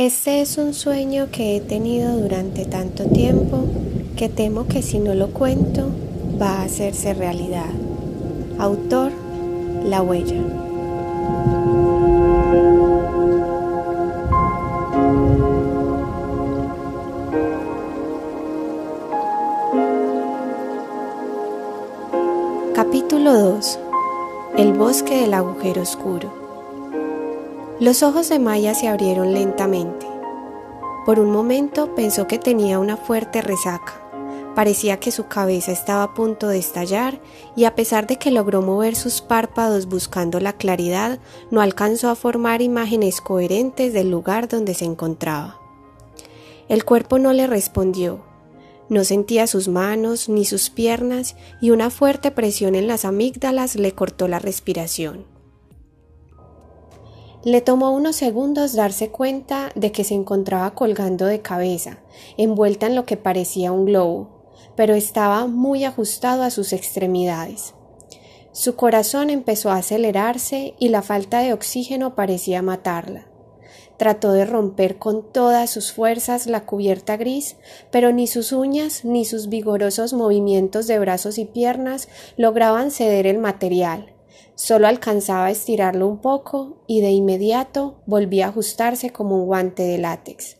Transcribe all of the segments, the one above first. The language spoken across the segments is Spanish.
Este es un sueño que he tenido durante tanto tiempo que temo que si no lo cuento va a hacerse realidad. Autor, La Huella. Capítulo 2. El bosque del agujero oscuro. Los ojos de Maya se abrieron lentamente. Por un momento pensó que tenía una fuerte resaca. Parecía que su cabeza estaba a punto de estallar y a pesar de que logró mover sus párpados buscando la claridad, no alcanzó a formar imágenes coherentes del lugar donde se encontraba. El cuerpo no le respondió. No sentía sus manos ni sus piernas y una fuerte presión en las amígdalas le cortó la respiración. Le tomó unos segundos darse cuenta de que se encontraba colgando de cabeza, envuelta en lo que parecía un globo, pero estaba muy ajustado a sus extremidades. Su corazón empezó a acelerarse y la falta de oxígeno parecía matarla. Trató de romper con todas sus fuerzas la cubierta gris, pero ni sus uñas ni sus vigorosos movimientos de brazos y piernas lograban ceder el material. Solo alcanzaba a estirarlo un poco y de inmediato volvía a ajustarse como un guante de látex.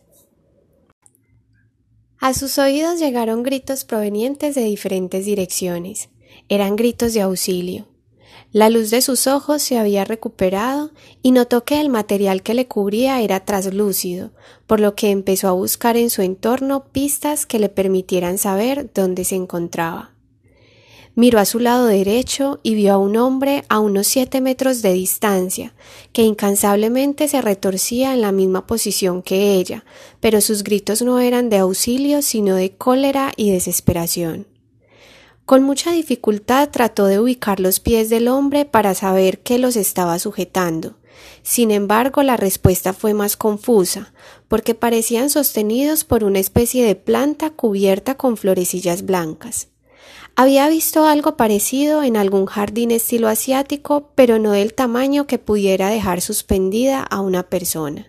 A sus oídos llegaron gritos provenientes de diferentes direcciones. Eran gritos de auxilio. La luz de sus ojos se había recuperado y notó que el material que le cubría era traslúcido, por lo que empezó a buscar en su entorno pistas que le permitieran saber dónde se encontraba. Miró a su lado derecho y vio a un hombre a unos 7 metros de distancia, que incansablemente se retorcía en la misma posición que ella, pero sus gritos no eran de auxilio sino de cólera y desesperación. Con mucha dificultad trató de ubicar los pies del hombre para saber qué los estaba sujetando. Sin embargo, la respuesta fue más confusa, porque parecían sostenidos por una especie de planta cubierta con florecillas blancas. Había visto algo parecido en algún jardín estilo asiático, pero no del tamaño que pudiera dejar suspendida a una persona.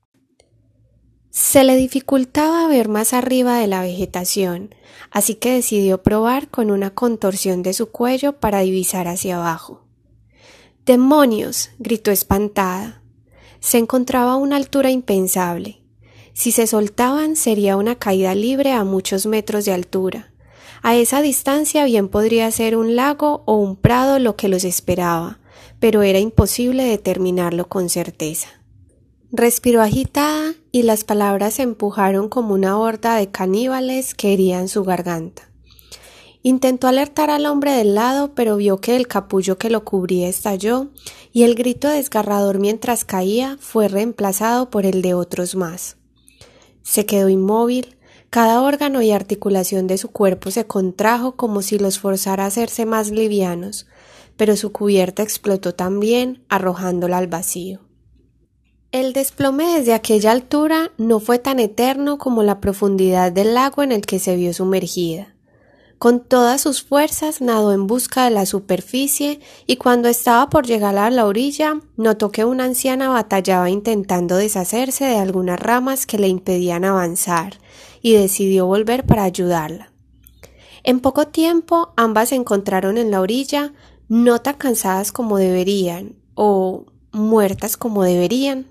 Se le dificultaba ver más arriba de la vegetación, así que decidió probar con una contorsión de su cuello para divisar hacia abajo. ¡Demonios!, gritó espantada. Se encontraba a una altura impensable. Si se soltaban sería una caída libre a muchos metros de altura. A esa distancia bien podría ser un lago o un prado lo que los esperaba, pero era imposible determinarlo con certeza. Respiró agitada y las palabras se empujaron como una horda de caníbales que herían su garganta. Intentó alertar al hombre del lado, pero vio que el capullo que lo cubría estalló y el grito desgarrador mientras caía fue reemplazado por el de otros más. Se quedó inmóvil. Cada órgano y articulación de su cuerpo se contrajo como si los forzara a hacerse más livianos, pero su cubierta explotó también, arrojándola al vacío. El desplome desde aquella altura no fue tan eterno como la profundidad del lago en el que se vio sumergida. Con todas sus fuerzas nadó en busca de la superficie y cuando estaba por llegar a la orilla, notó que una anciana batallaba intentando deshacerse de algunas ramas que le impedían avanzar y decidió volver para ayudarla. En poco tiempo ambas se encontraron en la orilla, no tan cansadas como deberían o muertas como deberían.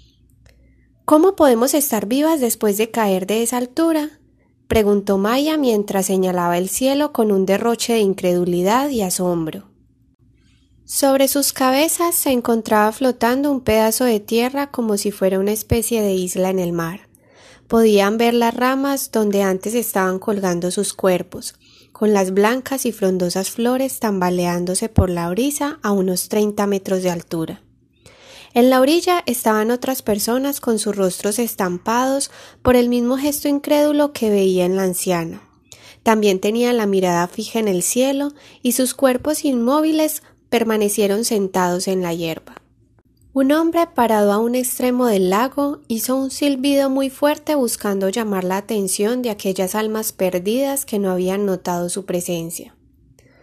¿Cómo podemos estar vivas después de caer de esa altura?, preguntó Maya mientras señalaba el cielo con un derroche de incredulidad y asombro. Sobre sus cabezas se encontraba flotando un pedazo de tierra como si fuera una especie de isla en el mar. Podían ver las ramas donde antes estaban colgando sus cuerpos, con las blancas y frondosas flores tambaleándose por la brisa a unos 30 metros de altura. En la orilla estaban otras personas con sus rostros estampados por el mismo gesto incrédulo que veía en la anciana. También tenían la mirada fija en el cielo y sus cuerpos inmóviles permanecieron sentados en la hierba. Un hombre parado a un extremo del lago hizo un silbido muy fuerte buscando llamar la atención de aquellas almas perdidas que no habían notado su presencia.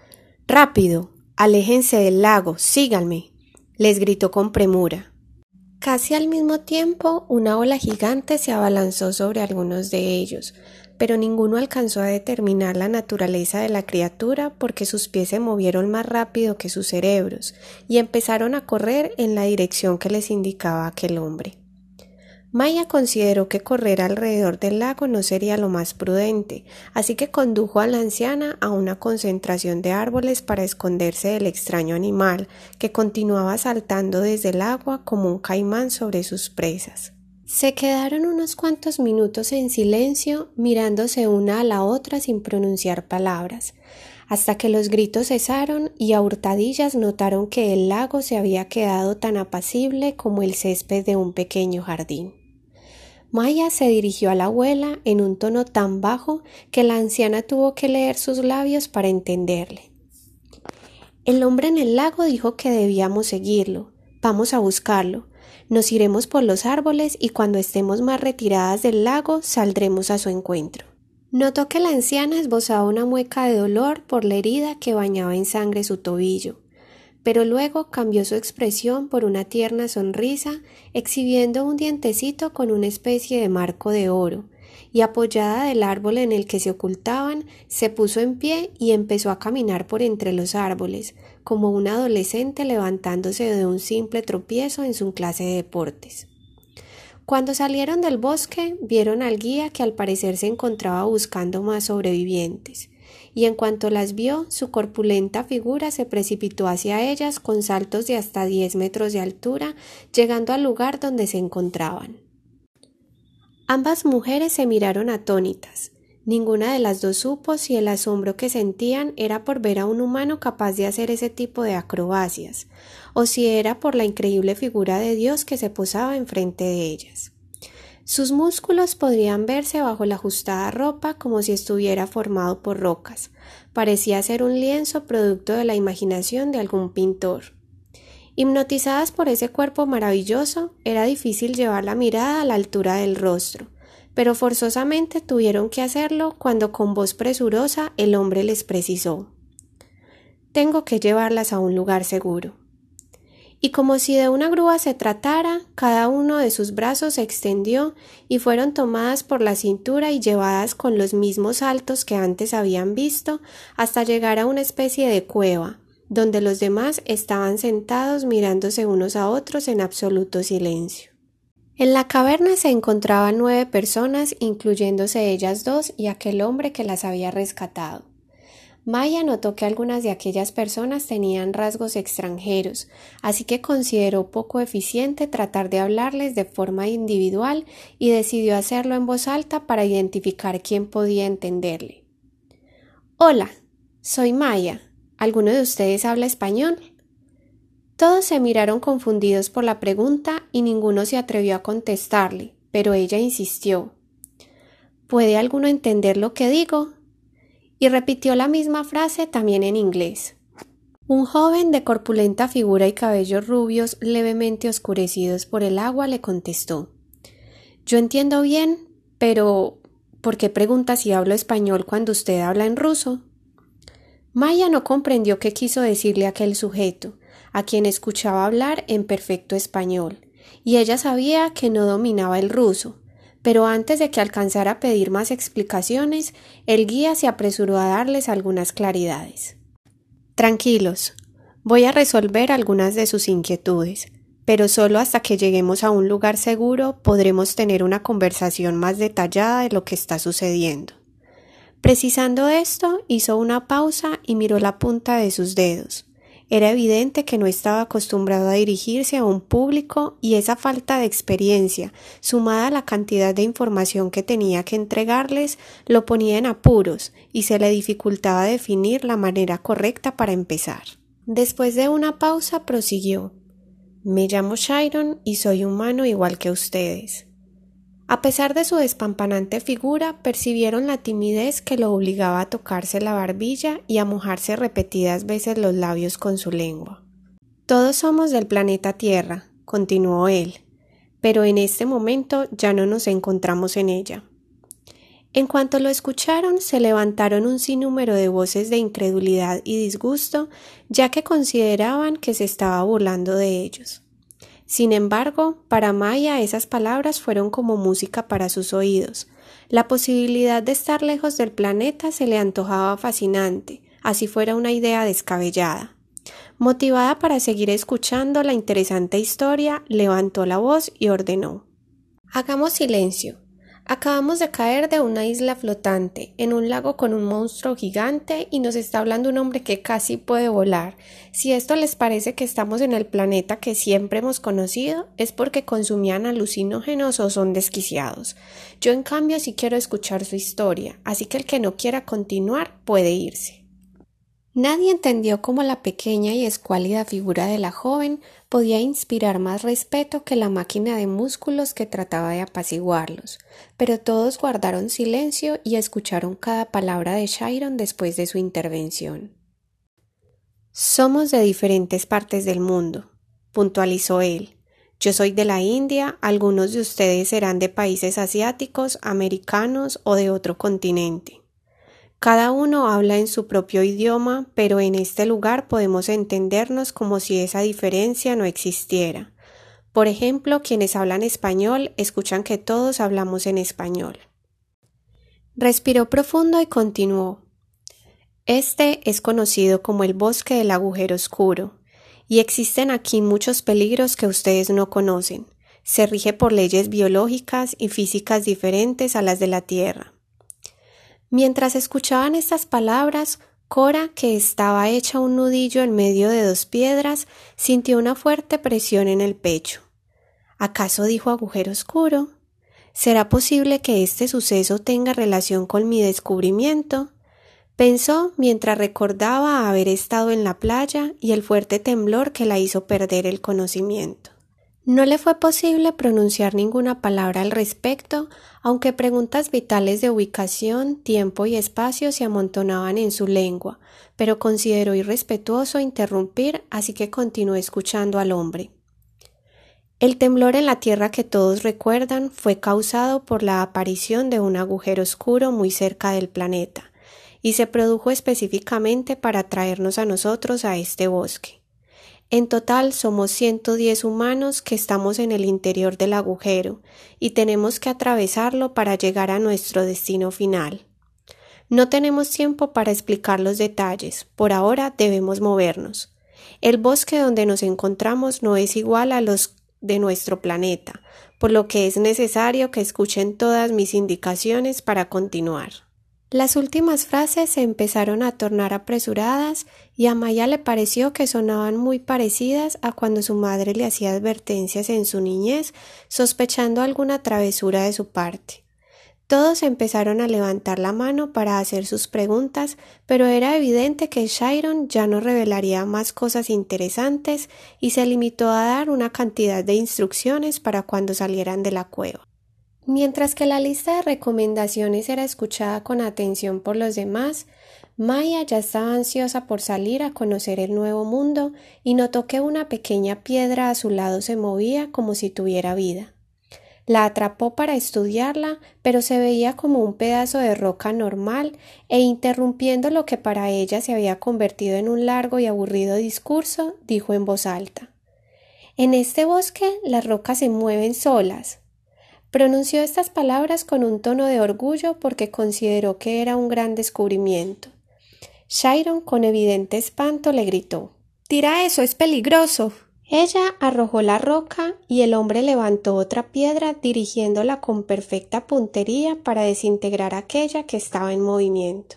«¡Rápido! ¡Aléjense del lago! ¡Síganme!», les gritó con premura. Casi al mismo tiempo, una ola gigante se abalanzó sobre algunos de ellos, pero ninguno alcanzó a determinar la naturaleza de la criatura porque sus pies se movieron más rápido que sus cerebros y empezaron a correr en la dirección que les indicaba aquel hombre. Maya consideró que correr alrededor del lago no sería lo más prudente, así que condujo a la anciana a una concentración de árboles para esconderse del extraño animal, que continuaba saltando desde el agua como un caimán sobre sus presas. Se quedaron unos cuantos minutos en silencio, mirándose una a la otra sin pronunciar palabras, hasta que los gritos cesaron y a hurtadillas notaron que el lago se había quedado tan apacible como el césped de un pequeño jardín. Maya se dirigió a la abuela en un tono tan bajo que la anciana tuvo que leer sus labios para entenderle. El hombre en el lago dijo que debíamos seguirlo. Vamos a buscarlo. Nos iremos por los árboles y cuando estemos más retiradas del lago saldremos a su encuentro. Notó que la anciana esbozaba una mueca de dolor por la herida que bañaba en sangre su tobillo, pero luego cambió su expresión por una tierna sonrisa, exhibiendo un dientecito con una especie de marco de oro, y apoyada del árbol en el que se ocultaban, se puso en pie y empezó a caminar por entre los árboles, como un adolescente levantándose de un simple tropiezo en su clase de deportes. Cuando salieron del bosque, vieron al guía que al parecer se encontraba buscando más sobrevivientes, y en cuanto las vio, su corpulenta figura se precipitó hacia ellas con saltos de hasta 10 metros de altura, llegando al lugar donde se encontraban. Ambas mujeres se miraron atónitas. Ninguna de las dos supo si el asombro que sentían era por ver a un humano capaz de hacer ese tipo de acrobacias, o si era por la increíble figura de Dios que se posaba enfrente de ellas. Sus músculos podrían verse bajo la ajustada ropa como si estuviera formado por rocas. Parecía ser un lienzo producto de la imaginación de algún pintor. Hipnotizadas por ese cuerpo maravilloso, era difícil llevar la mirada a la altura del rostro, pero forzosamente tuvieron que hacerlo cuando con voz presurosa el hombre les precisó: «Tengo que llevarlas a un lugar seguro». Y como si de una grúa se tratara, cada uno de sus brazos se extendió y fueron tomadas por la cintura y llevadas con los mismos saltos que antes habían visto hasta llegar a una especie de cueva, donde los demás estaban sentados mirándose unos a otros en absoluto silencio. En la caverna se encontraban 9 personas, incluyéndose ellas 2 y aquel hombre que las había rescatado. Maya notó que algunas de aquellas personas tenían rasgos extranjeros, así que consideró poco eficiente tratar de hablarles de forma individual y decidió hacerlo en voz alta para identificar quién podía entenderle. «Hola, soy Maya. ¿Alguno de ustedes habla español?». Todos se miraron confundidos por la pregunta y ninguno se atrevió a contestarle, pero ella insistió: «¿Puede alguno entender lo que digo?». Y repitió la misma frase también en inglés. Un joven de corpulenta figura y cabellos rubios levemente oscurecidos por el agua le contestó: «Yo entiendo bien, pero ¿por qué pregunta si hablo español cuando usted habla en ruso?». Maya no comprendió qué quiso decirle aquel sujeto, a quien escuchaba hablar en perfecto español, y ella sabía que no dominaba el ruso. Pero antes de que alcanzara a pedir más explicaciones, el guía se apresuró a darles algunas claridades. «Tranquilos, voy a resolver algunas de sus inquietudes, pero solo hasta que lleguemos a un lugar seguro podremos tener una conversación más detallada de lo que está sucediendo». Precisando esto, hizo una pausa y miró la punta de sus dedos. Era evidente que no estaba acostumbrado a dirigirse a un público y esa falta de experiencia, sumada a la cantidad de información que tenía que entregarles, lo ponía en apuros y se le dificultaba definir la manera correcta para empezar. Después de una pausa prosiguió: «Me llamo Chiron y soy humano igual que ustedes». A pesar de su despampanante figura, percibieron la timidez que lo obligaba a tocarse la barbilla y a mojarse repetidas veces los labios con su lengua. «Todos somos del planeta Tierra», continuó él, «pero en este momento ya no nos encontramos en ella». En cuanto lo escucharon, se levantaron un sinnúmero de voces de incredulidad y disgusto, ya que consideraban que se estaba burlando de ellos. Sin embargo, para Maya esas palabras fueron como música para sus oídos. La posibilidad de estar lejos del planeta se le antojaba fascinante, así fuera una idea descabellada. Motivada para seguir escuchando la interesante historia, levantó la voz y ordenó: «Hagamos silencio. Acabamos de caer de una isla flotante, en un lago con un monstruo gigante y nos está hablando un hombre que casi puede volar. Si esto les parece que estamos en el planeta que siempre hemos conocido, es porque consumían alucinógenos o son desquiciados. Yo en cambio sí quiero escuchar su historia, así que el que no quiera continuar puede irse». Nadie entendió cómo la pequeña y escuálida figura de la joven podía inspirar más respeto que la máquina de músculos que trataba de apaciguarlos, pero todos guardaron silencio y escucharon cada palabra de Chiron después de su intervención. «Somos de diferentes partes del mundo», puntualizó él. «Yo soy de la India, algunos de ustedes serán de países asiáticos, americanos o de otro continente. Cada uno habla en su propio idioma, pero en este lugar podemos entendernos como si esa diferencia no existiera. Por ejemplo, quienes hablan español escuchan que todos hablamos en español». Respiró profundo y continuó: «Este es conocido como el bosque del agujero oscuro, y existen aquí muchos peligros que ustedes no conocen. Se rige por leyes biológicas y físicas diferentes a las de la Tierra». Mientras escuchaban estas palabras, Cora, que estaba hecha un nudillo en medio de dos piedras, sintió una fuerte presión en el pecho. ¿Acaso dijo agujero oscuro? ¿Será posible que este suceso tenga relación con mi descubrimiento? Pensó mientras recordaba haber estado en la playa y el fuerte temblor que la hizo perder el conocimiento. No le fue posible pronunciar ninguna palabra al respecto, aunque preguntas vitales de ubicación, tiempo y espacio se amontonaban en su lengua, pero consideró irrespetuoso interrumpir, así que continuó escuchando al hombre. El temblor en la Tierra que todos recuerdan fue causado por la aparición de un agujero oscuro muy cerca del planeta, y se produjo específicamente para traernos a nosotros a este bosque. En total somos 110 humanos que estamos en el interior del agujero y tenemos que atravesarlo para llegar a nuestro destino final. No tenemos tiempo para explicar los detalles, por ahora debemos movernos. El bosque donde nos encontramos no es igual a los de nuestro planeta, por lo que es necesario que escuchen todas mis indicaciones para continuar. Las últimas frases se empezaron a tornar apresuradas y a Maya le pareció que sonaban muy parecidas a cuando su madre le hacía advertencias en su niñez, sospechando alguna travesura de su parte. Todos empezaron a levantar la mano para hacer sus preguntas, pero era evidente que Chiron ya no revelaría más cosas interesantes y se limitó a dar una cantidad de instrucciones para cuando salieran de la cueva. Mientras que la lista de recomendaciones era escuchada con atención por los demás, Maya ya estaba ansiosa por salir a conocer el nuevo mundo y notó que una pequeña piedra a su lado se movía como si tuviera vida. La atrapó para estudiarla, pero se veía como un pedazo de roca normal e interrumpiendo lo que para ella se había convertido en un largo y aburrido discurso, dijo en voz alta: «En este bosque las rocas se mueven solas». Pronunció estas palabras con un tono de orgullo porque consideró que era un gran descubrimiento. Chiron, con evidente espanto, le gritó: «¡Tira eso, es peligroso!». Ella arrojó la roca y el hombre levantó otra piedra dirigiéndola con perfecta puntería para desintegrar aquella que estaba en movimiento.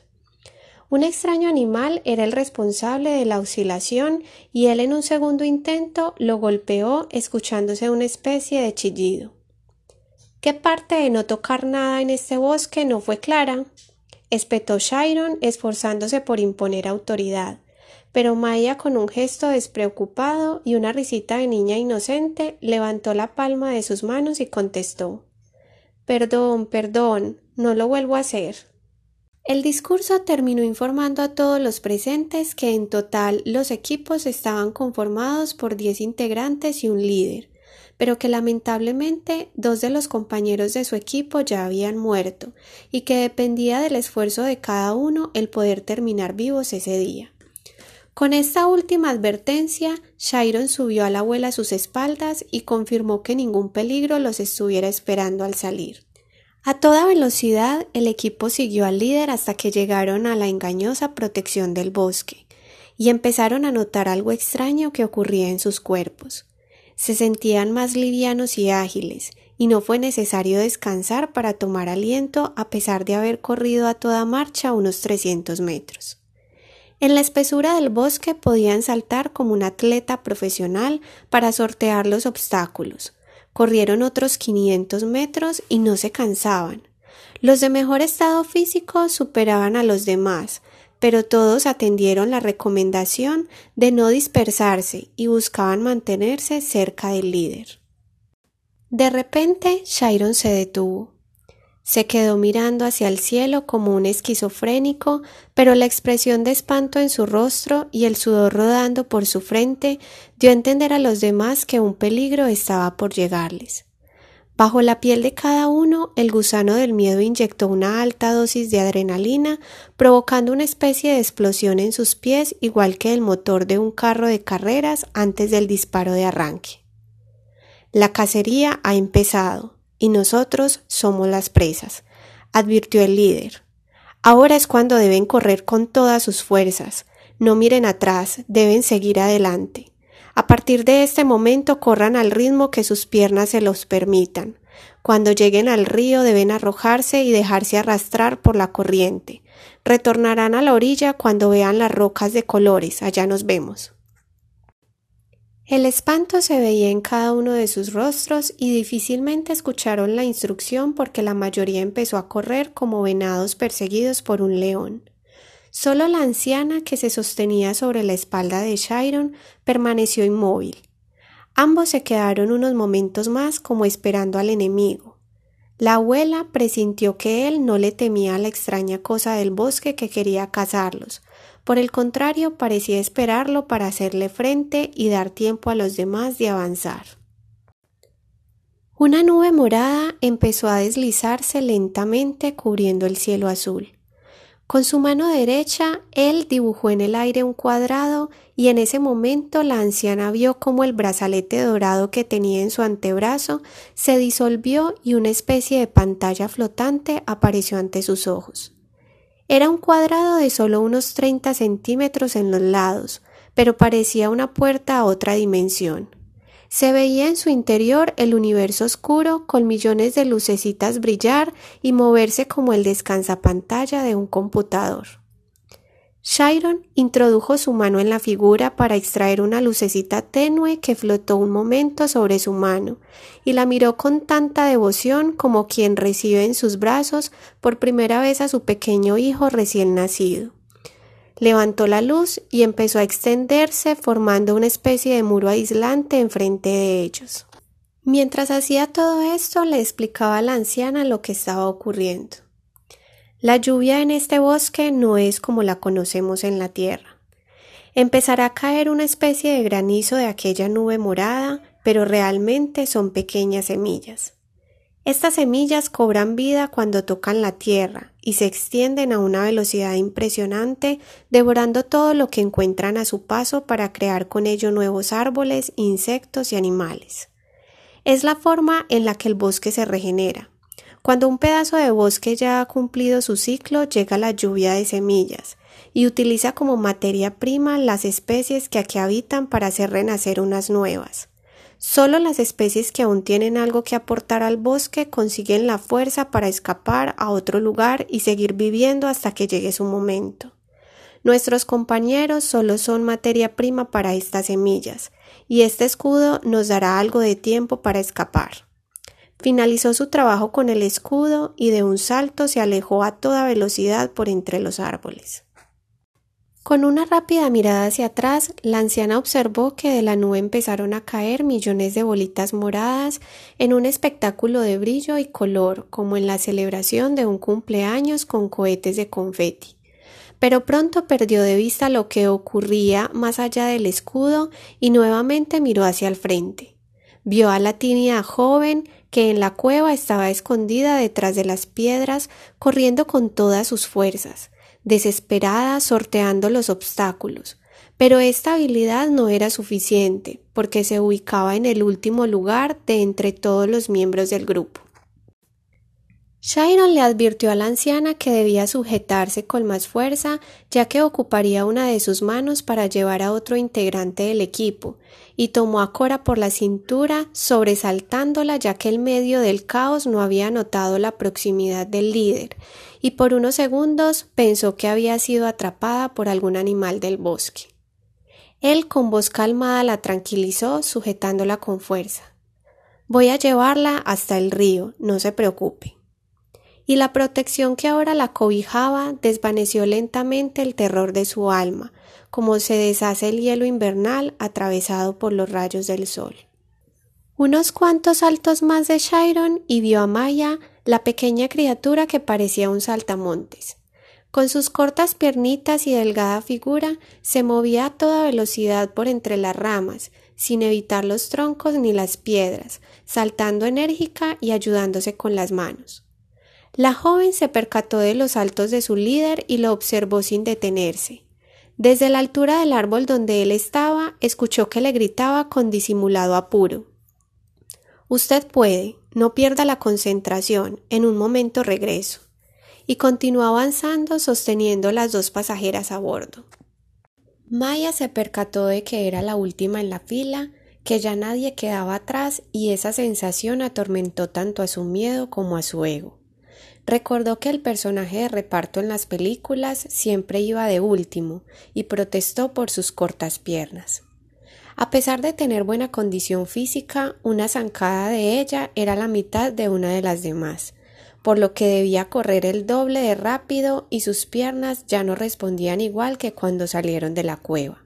Un extraño animal era el responsable de la oscilación y él en un segundo intento lo golpeó escuchándose una especie de chillido. «¿Qué parte de no tocar nada en este bosque no fue clara?», espetó Chiron, esforzándose por imponer autoridad, pero Maya, con un gesto despreocupado y una risita de niña inocente, levantó la palma de sus manos y contestó: «Perdón, no lo vuelvo a hacer». El discurso terminó informando a todos los presentes que en total los equipos estaban conformados por 10 integrantes y un líder, pero que lamentablemente 2 de los compañeros de su equipo ya habían muerto y que dependía del esfuerzo de cada uno el poder terminar vivos ese día. Con esta última advertencia, Chiron subió a la abuela a sus espaldas y confirmó que ningún peligro los estuviera esperando al salir. A toda velocidad, el equipo siguió al líder hasta que llegaron a la engañosa protección del bosque y empezaron a notar algo extraño que ocurría en sus cuerpos. Se sentían más livianos y ágiles, y no fue necesario descansar para tomar aliento a pesar de haber corrido a toda marcha unos 300 metros. En la espesura del bosque podían saltar como un atleta profesional para sortear los obstáculos. Corrieron otros 500 metros y no se cansaban. Los de mejor estado físico superaban a los demás, pero todos atendieron la recomendación de no dispersarse y buscaban mantenerse cerca del líder. De repente, Chiron se detuvo. Se quedó mirando hacia el cielo como un esquizofrénico, pero la expresión de espanto en su rostro y el sudor rodando por su frente dio a entender a los demás que un peligro estaba por llegarles. Bajo la piel de cada uno, el gusano del miedo inyectó una alta dosis de adrenalina, provocando una especie de explosión en sus pies, igual que el motor de un carro de carreras antes del disparo de arranque. La cacería ha empezado, y nosotros somos las presas, advirtió el líder. Ahora es cuando deben correr con todas sus fuerzas. No miren atrás, deben seguir adelante. A partir de este momento corran al ritmo que sus piernas se los permitan. Cuando lleguen al río deben arrojarse y dejarse arrastrar por la corriente. Retornarán a la orilla cuando vean las rocas de colores. Allá nos vemos. El espanto se veía en cada uno de sus rostros y difícilmente escucharon la instrucción porque la mayoría empezó a correr como venados perseguidos por un león. Solo la anciana que se sostenía sobre la espalda de Chiron permaneció inmóvil. Ambos se quedaron unos momentos más como esperando al enemigo. La abuela presintió que él no le temía a la extraña cosa del bosque que quería cazarlos. Por el contrario, parecía esperarlo para hacerle frente y dar tiempo a los demás de avanzar. Una nube morada empezó a deslizarse lentamente cubriendo el cielo azul. Con su mano derecha, él dibujó en el aire un cuadrado y en ese momento la anciana vio cómo el brazalete dorado que tenía en su antebrazo se disolvió y una especie de pantalla flotante apareció ante sus ojos. Era un cuadrado de solo unos 30 centímetros en los lados, pero parecía una puerta a otra dimensión. Se veía en su interior el universo oscuro con millones de lucecitas brillar y moverse como el descansapantalla de un computador. Chiron introdujo su mano en la figura para extraer una lucecita tenue que flotó un momento sobre su mano y la miró con tanta devoción como quien recibe en sus brazos por primera vez a su pequeño hijo recién nacido. Levantó la luz y empezó a extenderse formando una especie de muro aislante enfrente de ellos. Mientras hacía todo esto, le explicaba a la anciana lo que estaba ocurriendo. La lluvia en este bosque no es como la conocemos en la tierra. Empezará a caer una especie de granizo de aquella nube morada, pero realmente son pequeñas semillas. Estas semillas cobran vida cuando tocan la tierra y se extienden a una velocidad impresionante, devorando todo lo que encuentran a su paso para crear con ello nuevos árboles, insectos y animales. Es la forma en la que el bosque se regenera. Cuando un pedazo de bosque ya ha cumplido su ciclo, llega la lluvia de semillas y utiliza como materia prima las especies que aquí habitan para hacer renacer unas nuevas. Solo las especies que aún tienen algo que aportar al bosque consiguen la fuerza para escapar a otro lugar y seguir viviendo hasta que llegue su momento. Nuestros compañeros solo son materia prima para estas semillas, y este escudo nos dará algo de tiempo para escapar. Finalizó su trabajo con el escudo y de un salto se alejó a toda velocidad por entre los árboles. Con una rápida mirada hacia atrás, la anciana observó que de la nube empezaron a caer millones de bolitas moradas en un espectáculo de brillo y color, como en la celebración de un cumpleaños con cohetes de confeti. Pero pronto perdió de vista lo que ocurría más allá del escudo y nuevamente miró hacia el frente. Vio a la tímida joven que en la cueva estaba escondida detrás de las piedras, corriendo con todas sus fuerzas, desesperada, sorteando los obstáculos, Pero esta habilidad no era suficiente, porque se ubicaba en el último lugar de entre todos los miembros del grupo. Chiron le advirtió a la anciana que debía sujetarse con más fuerza, ya que ocuparía una de sus manos para llevar a otro integrante del equipo, y tomó a Cora por la cintura, sobresaltándola ya que en medio del caos no había notado la proximidad del líder, y por unos segundos pensó que había sido atrapada por algún animal del bosque. Él con voz calmada la tranquilizó, sujetándola con fuerza. «Voy a llevarla hasta el río, no se preocupe». Y la protección que ahora la cobijaba desvaneció lentamente el terror de su alma, como se deshace el hielo invernal atravesado por los rayos del sol. Unos cuantos saltos más de Chiron y vio a Maya, la pequeña criatura que parecía un saltamontes. Con sus cortas piernitas y delgada figura, se movía a toda velocidad por entre las ramas, sin evitar los troncos ni las piedras, saltando enérgica y ayudándose con las manos. La joven se percató de los saltos de su líder y lo observó sin detenerse. Desde la altura del árbol donde él estaba, escuchó que le gritaba con disimulado apuro. «Usted puede, no pierda la concentración, en un momento regreso». Y continuó avanzando sosteniendo las dos pasajeras a bordo. Maya se percató de que era la última en la fila, que ya nadie quedaba atrás y esa sensación atormentó tanto a su miedo como a su ego. Recordó que el personaje de reparto en las películas siempre iba de último y protestó por sus cortas piernas. A pesar de tener buena condición física, una zancada de ella era la mitad de una de las demás, por lo que debía correr el doble de rápido y sus piernas ya no respondían igual que cuando salieron de la cueva.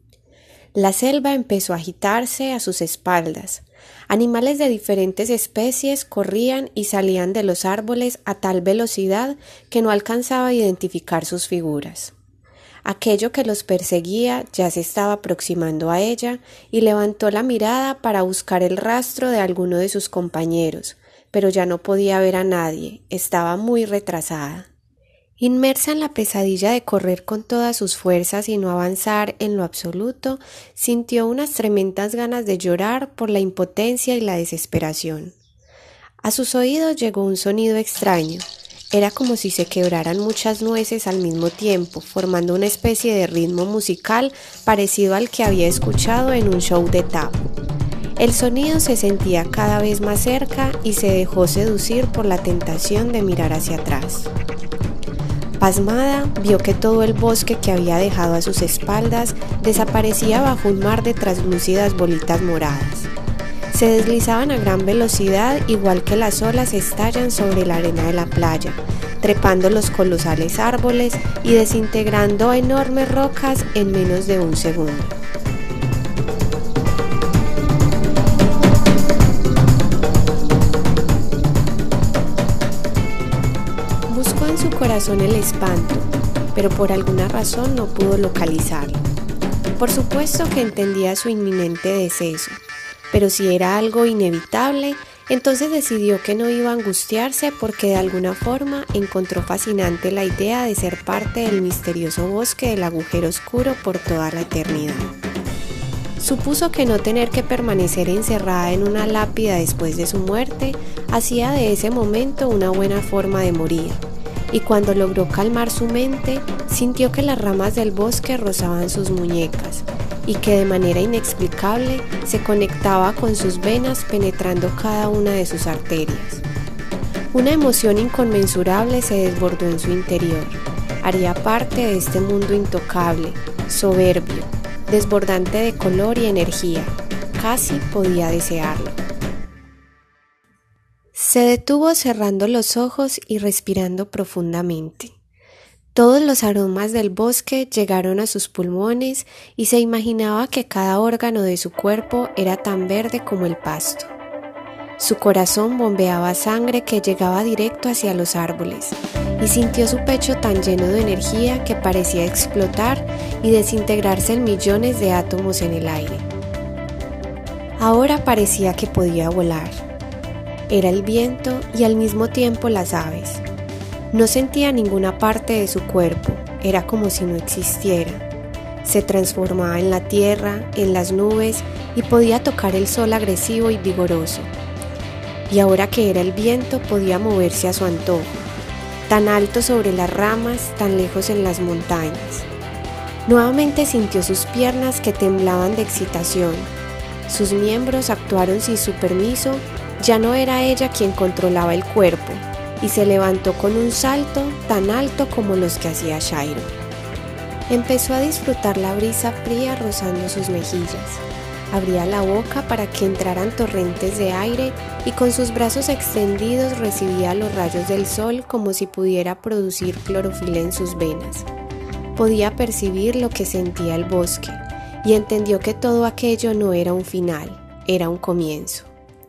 La selva empezó a agitarse a sus espaldas. Animales de diferentes especies corrían y salían de los árboles a tal velocidad que no alcanzaba a identificar sus figuras. Aquello que los perseguía ya se estaba aproximando a ella y levantó la mirada para buscar el rastro de alguno de sus compañeros, pero ya no podía ver a nadie, estaba muy retrasada. Inmersa en la pesadilla de correr con todas sus fuerzas y no avanzar en lo absoluto, sintió unas tremendas ganas de llorar por la impotencia y la desesperación. A sus oídos llegó un sonido extraño. Era como si se quebraran muchas nueces al mismo tiempo, formando una especie de ritmo musical parecido al que había escuchado en un show de tap. El sonido se sentía cada vez más cerca y se dejó seducir por la tentación de mirar hacia atrás. Pasmada, vio que todo el bosque que había dejado a sus espaldas desaparecía bajo un mar de translúcidas bolitas moradas. Se deslizaban a gran velocidad, igual que las olas estallan sobre la arena de la playa, trepando los colosales árboles y desintegrando enormes rocas en menos de un segundo. Buscó en su corazón el espanto, pero por alguna razón no pudo localizarlo. Por supuesto que entendía su inminente deceso, pero si era algo inevitable, entonces decidió que no iba a angustiarse porque de alguna forma encontró fascinante la idea de ser parte del misterioso bosque del agujero oscuro por toda la eternidad. Supuso que no tener que permanecer encerrada en una lápida después de su muerte hacía de ese momento una buena forma de morir, y cuando logró calmar su mente, sintió que las ramas del bosque rozaban sus muñecas y que de manera inexplicable se conectaba con sus venas penetrando cada una de sus arterias. Una emoción inconmensurable se desbordó en su interior. Haría parte de este mundo intocable, soberbio, desbordante de color y energía. Casi podía desearlo. Se detuvo cerrando los ojos y respirando profundamente. Todos los aromas del bosque llegaron a sus pulmones y se imaginaba que cada órgano de su cuerpo era tan verde como el pasto. Su corazón bombeaba sangre que llegaba directo hacia los árboles y sintió su pecho tan lleno de energía que parecía explotar y desintegrarse en millones de átomos en el aire. Ahora parecía que podía volar. Era el viento y al mismo tiempo las aves. No sentía ninguna parte de su cuerpo, era como si no existiera. Se transformaba en la tierra, en las nubes y podía tocar el sol agresivo y vigoroso. Y ahora que era el viento podía moverse a su antojo, tan alto sobre las ramas, tan lejos en las montañas. Nuevamente sintió sus piernas que temblaban de excitación. Sus miembros actuaron sin su permiso, ya no era ella quien controlaba el cuerpo, y se levantó con un salto tan alto como los que hacía Chiron. Empezó a disfrutar la brisa fría rozando sus mejillas. Abría la boca para que entraran torrentes de aire y con sus brazos extendidos recibía los rayos del sol como si pudiera producir clorofila en sus venas. Podía percibir lo que sentía el bosque y entendió que todo aquello no era un final, era un comienzo.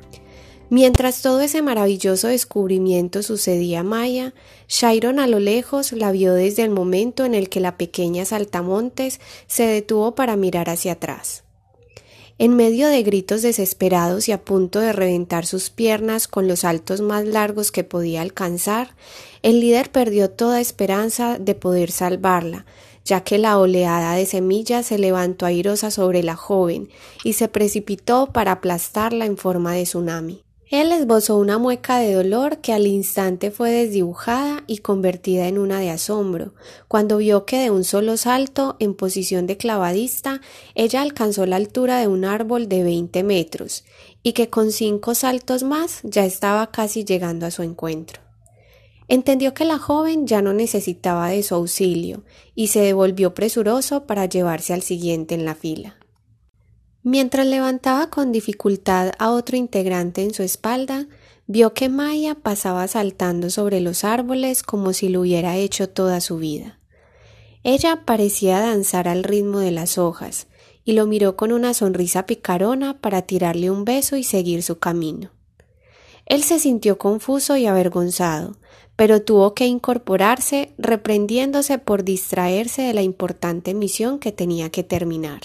Mientras todo ese maravilloso descubrimiento sucedía a Maya, Chiron a lo lejos la vio desde el momento en el que la pequeña saltamontes se detuvo para mirar hacia atrás. En medio de gritos desesperados y a punto de reventar sus piernas con los saltos más largos que podía alcanzar, el líder perdió toda esperanza de poder salvarla, ya que la oleada de semillas se levantó airosa sobre la joven y se precipitó para aplastarla en forma de tsunami. Él esbozó una mueca de dolor que al instante fue desdibujada y convertida en una de asombro, cuando vio que de un solo salto, en posición de clavadista, ella alcanzó la altura de un árbol de 20 metros, y que con 5 saltos más ya estaba casi llegando a su encuentro. Entendió que la joven ya no necesitaba de su auxilio, y se devolvió presuroso para llevarse al siguiente en la fila. Mientras levantaba con dificultad a otro integrante en su espalda, vio que Maya pasaba saltando sobre los árboles como si lo hubiera hecho toda su vida. Ella parecía danzar al ritmo de las hojas, y lo miró con una sonrisa picarona para tirarle un beso y seguir su camino. Él se sintió confuso y avergonzado, pero tuvo que incorporarse, reprendiéndose por distraerse de la importante misión que tenía que terminar.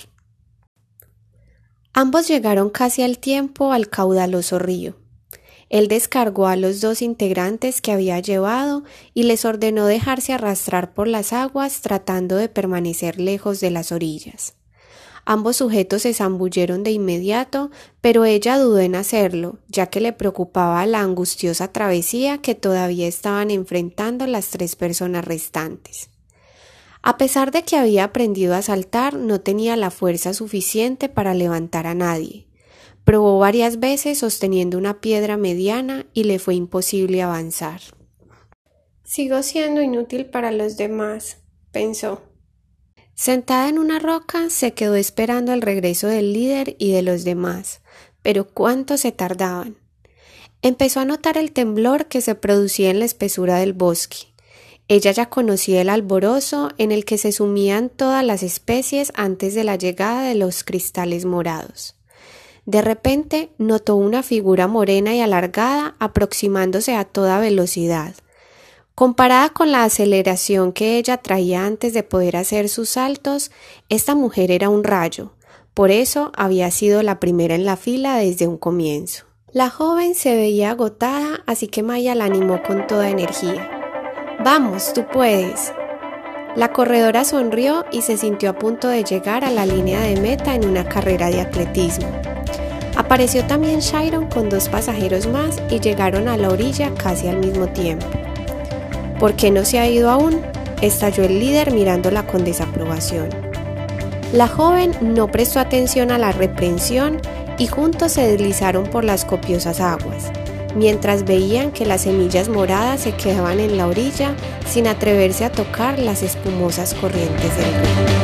Ambos llegaron casi al tiempo al caudaloso río. Él descargó a los 2 integrantes que había llevado y les ordenó dejarse arrastrar por las aguas tratando de permanecer lejos de las orillas. Ambos sujetos se zambulleron de inmediato, pero ella dudó en hacerlo, ya que le preocupaba la angustiosa travesía que todavía estaban enfrentando las 3 personas restantes. A pesar de que había aprendido a saltar, no tenía la fuerza suficiente para levantar a nadie. Probó varias veces sosteniendo una piedra mediana y le fue imposible avanzar. «Sigo siendo inútil para los demás», pensó. Sentada en una roca, se quedó esperando el regreso del líder y de los demás, pero ¿cuánto se tardaban? Empezó a notar el temblor que se producía en la espesura del bosque. Ella ya conocía el alborozo en el que se sumían todas las especies antes de la llegada de los cristales morados. De repente notó una figura morena y alargada aproximándose a toda velocidad. Comparada con la aceleración que ella traía antes de poder hacer sus saltos, esta mujer era un rayo. Por eso había sido la primera en la fila desde un comienzo. La joven se veía agotada, así que Maya la animó con toda energía. «Vamos, tú puedes». La corredora sonrió y se sintió a punto de llegar a la línea de meta en una carrera de atletismo. Apareció también Chiron con 2 pasajeros más y llegaron a la orilla casi al mismo tiempo. «¿Por qué no se ha ido aún?», estalló el líder mirándola con desaprobación. La joven no prestó atención a la reprensión y juntos se deslizaron por las copiosas aguas, mientras veían que las semillas moradas se quedaban en la orilla sin atreverse a tocar las espumosas corrientes del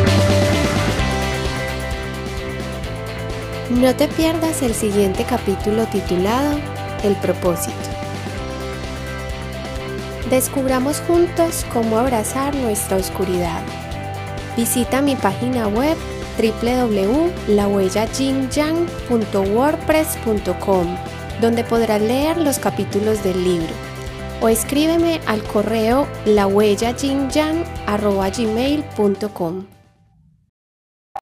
río. No te pierdas el siguiente capítulo titulado El propósito. Descubramos juntos cómo abrazar nuestra oscuridad. Visita mi página web www.lahuellajingyang.wordpress.com, donde podrás leer los capítulos del libro, o escríbeme al correo lahuellajingyang@gmail.com.